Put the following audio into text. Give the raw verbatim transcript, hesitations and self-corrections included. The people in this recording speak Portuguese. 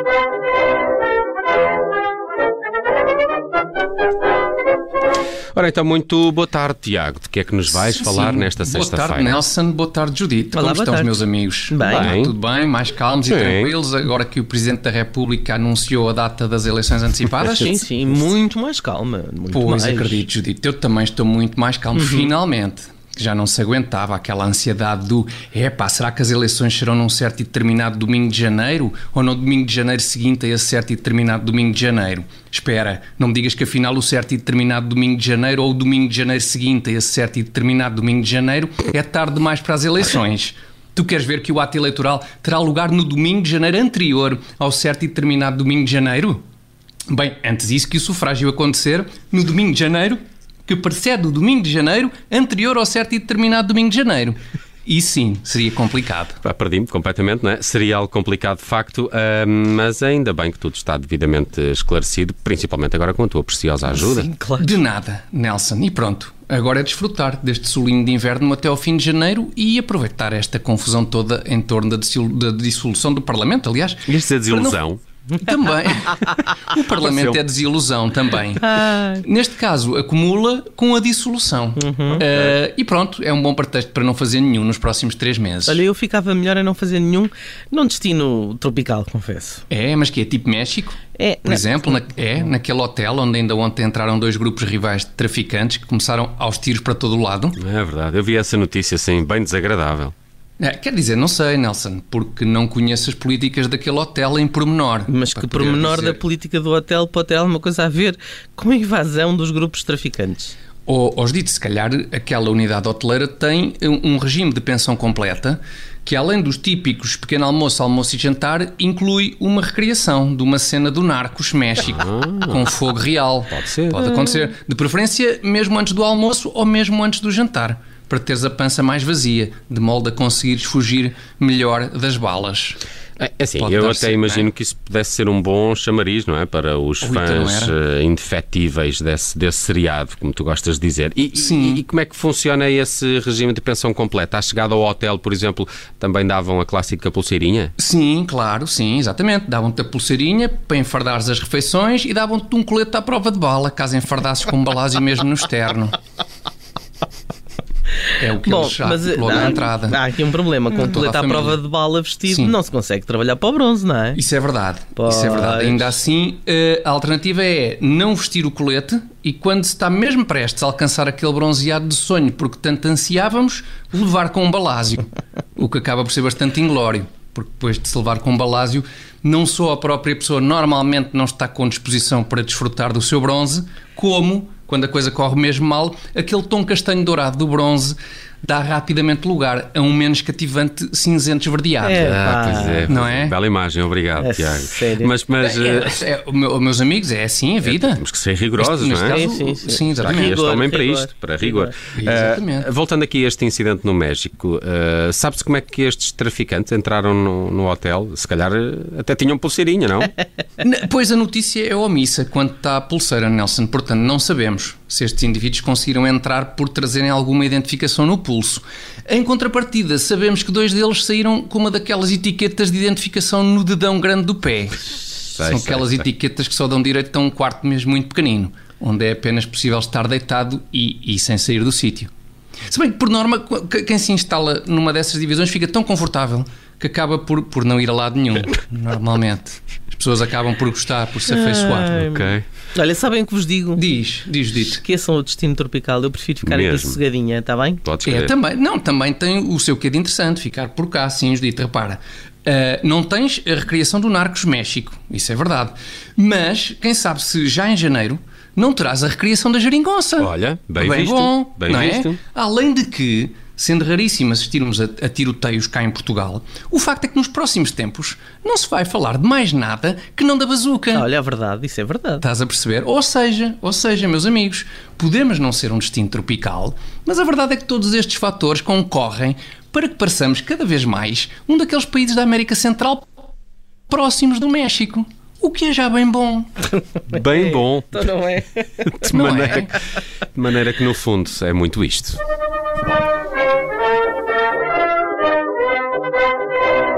Ora, então, muito boa tarde, Tiago. De que é que nos vais sim, falar sim. nesta sexta-feira? Boa tarde, Nelson. Boa tarde, Judite. Olá, Como estão os meus amigos? Bem. bem. Tudo bem? Mais calmos sim. e tranquilos? Agora que o Presidente da República anunciou a data das eleições antecipadas? Sim, sim. Muito mais calma. Muito pois, mais. acredito, Judite. Eu também estou muito mais calmo. Uhum. Finalmente. Já não se aguentava aquela ansiedade do epá, será que as eleições serão num certo e determinado domingo de janeiro ou no domingo de janeiro seguinte a esse certo e determinado domingo de janeiro? Espera, não me digas que afinal o certo e determinado domingo de janeiro ou o domingo de janeiro seguinte a esse certo e determinado domingo de janeiro é tarde demais para as eleições. Tu queres ver que o ato eleitoral terá lugar no domingo de janeiro anterior ao certo e determinado domingo de janeiro? Bem, antes isso que o sufrágio acontecer no domingo de janeiro que precede o domingo de janeiro anterior ao certo e determinado domingo de janeiro. E sim, seria complicado. Pá, perdi-me completamente, não é? Seria algo complicado de facto, uh, mas ainda bem que tudo está devidamente esclarecido, principalmente agora com a tua preciosa ajuda. Sim, claro. De nada, Nelson. E pronto, agora é desfrutar deste solinho de inverno até ao fim de janeiro e aproveitar esta confusão toda em torno da, da dissolução do Parlamento, aliás. Isto é desilusão. Também. O Parlamento Apareceu. É desilusão também. Ai. Neste caso, acumula com a dissolução. Uhum. Uh, e pronto, é um bom pretexto para não fazer nenhum nos próximos três meses. Olha, eu ficava melhor a não fazer nenhum num destino tropical, confesso. É, mas que é tipo México? É, Por não. exemplo, na, é naquele hotel onde ainda ontem entraram dois grupos rivais de traficantes que começaram aos tiros para todo o lado. É verdade, eu vi essa notícia assim, bem desagradável. É, quer dizer, não sei, Nelson, porque não conheço as políticas daquele hotel em pormenor. Mas que pormenor dizer... da política do hotel pode ter alguma coisa a ver com a invasão dos grupos traficantes? Ou, ou dito, se calhar, aquela unidade hoteleira tem um regime de pensão completa que, além dos típicos pequeno almoço, almoço e jantar, inclui uma recriação de uma cena do Narcos México, ah, com fogo real. Pode ser. Pode acontecer. De preferência, mesmo antes do almoço ou mesmo antes do jantar, para teres a pança mais vazia, de modo a conseguires fugir melhor das balas. É, assim, Pode eu até ser, imagino é? que isso pudesse ser um bom chamariz, não é? Para os Ui, fãs uh, indefetíveis desse, desse seriado, como tu gostas de dizer. E, Sim. E, e como é que funciona esse regime de pensão completa? À chegada ao hotel, por exemplo, também davam a clássica pulseirinha? Sim, claro, sim, exatamente. Davam-te a pulseirinha para enfardares as refeições e davam-te um colete à prova de bala, caso enfardasses com um balásio mesmo no externo. É o que Bom, eles já mas logo há, na entrada. Há aqui um problema. Com o colete à prova de bala vestido, Sim. não se consegue trabalhar para o bronze, não é? Isso é verdade. Pois. Isso é verdade. Ainda assim, a alternativa é não vestir o colete e, quando se está mesmo prestes a alcançar aquele bronzeado de sonho, porque tanto ansiávamos, levar com um balásio. O que acaba por ser bastante inglório. Porque depois de se levar com um balásio, não só a própria pessoa normalmente não está com disposição para desfrutar do seu bronze, como, quando a coisa corre mesmo mal, aquele tom castanho dourado do bronze dá rapidamente lugar a um menos cativante cinzento esverdeado. É, ah, pois é, não é? Bela imagem, obrigado, é Tiago. Sério? Mas, mas é, é, é, meu, meus amigos, é assim a vida. É, temos que ser rigorosos, este, não é? Caso, sim, sim, sim, exatamente. Está aqui este homem para rigor. isto, para rigor. rigor. Exatamente. Uh, voltando aqui a este incidente no México, uh, sabe-se como é que estes traficantes entraram no, no hotel? Se calhar até tinham pulseirinha, não? Pois a notícia é omissa quanto está a pulseira, Nelson. Portanto, não sabemos se estes indivíduos conseguiram entrar por trazerem alguma identificação no pulso. Em contrapartida, sabemos que dois deles saíram com uma daquelas etiquetas de identificação no dedão grande do pé. Sei, São sei, aquelas sei. etiquetas que só dão direito a um quarto mesmo muito pequenino, onde é apenas possível estar deitado e, e sem sair do sítio. Se bem que, por norma, quem se instala numa dessas divisões fica tão confortável que acaba por, por não ir a lado nenhum, normalmente. As pessoas acabam por gostar, por se afeiçoar. Ai, Ok. Olha, sabem o que vos digo? Diz, diz, dito. Esqueçam o destino tropical, eu prefiro ficar aqui Mesmo. sossegadinha, está bem? Podes É, crer. também, não, também tem o seu quê de interessante, ficar por cá, sim, Judite, repara. Uh, não tens a recriação do Narcos México, isso é verdade. Mas, quem sabe se já em janeiro não terás a recriação da Geringonça. Olha, bem, bem visto. Bom, bem não visto. É? Além de que, sendo raríssimo assistirmos a, a tiroteios cá em Portugal, o facto é que nos próximos tempos não se vai falar de mais nada que não da bazuca. Olha, é verdade, isso é verdade. Estás a perceber? Ou seja, ou seja, meus amigos, podemos não ser um destino tropical, mas a verdade é que todos estes fatores concorrem para que pareçamos cada vez mais um daqueles países da América Central próximos do México. O que é já bem bom. Bem bom. Então não é? De Não maneira, é? de maneira que, no fundo, é muito isto.